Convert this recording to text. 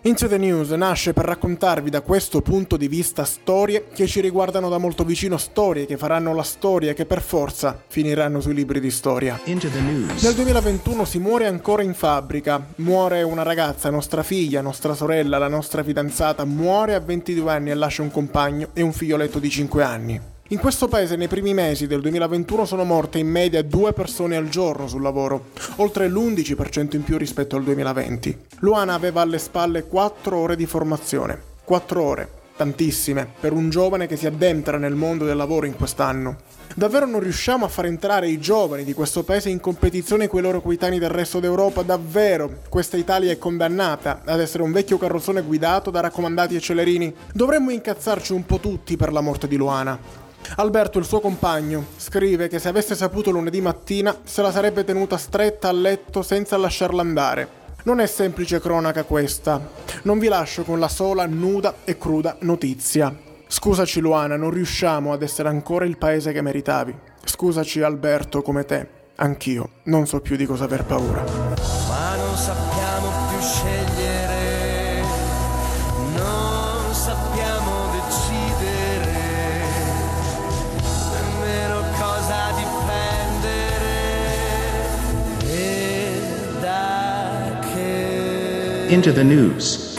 Into the News nasce per raccontarvi da questo punto di vista storie che ci riguardano da molto vicino, storie che faranno la storia e che per forza finiranno sui libri di storia. Into the News. Nel 2021 si muore ancora in fabbrica, muore una ragazza, nostra figlia, nostra sorella, la nostra fidanzata, muore a 22 anni e lascia un compagno e un figlioletto di 5 anni. In questo paese nei primi mesi del 2021 sono morte in media 2 persone al giorno sul lavoro, oltre l'11% in più rispetto al 2020. Luana aveva alle spalle 4 ore di formazione. 4 ore, tantissime, per un giovane che si addentra nel mondo del lavoro in quest'anno. Davvero non riusciamo a far entrare i giovani di questo paese in competizione con i loro coetanei del resto d'Europa? Davvero? Questa Italia è condannata ad essere un vecchio carrozzone guidato da raccomandati e celerini? Dovremmo incazzarci un po' tutti per la morte di Luana. Alberto, il suo compagno, scrive che se avesse saputo lunedì mattina se la sarebbe tenuta stretta al letto senza lasciarla andare. Non è semplice cronaca questa. Non vi lascio con la sola, nuda e cruda notizia. Scusaci Luana, non riusciamo ad essere ancora il paese che meritavi. Scusaci Alberto, come te. Anch'io non so più di cosa aver paura. Ma non sappiamo più scegliere, non sappiamo decidere nemmeno cosa dipendere e da che. Into the News.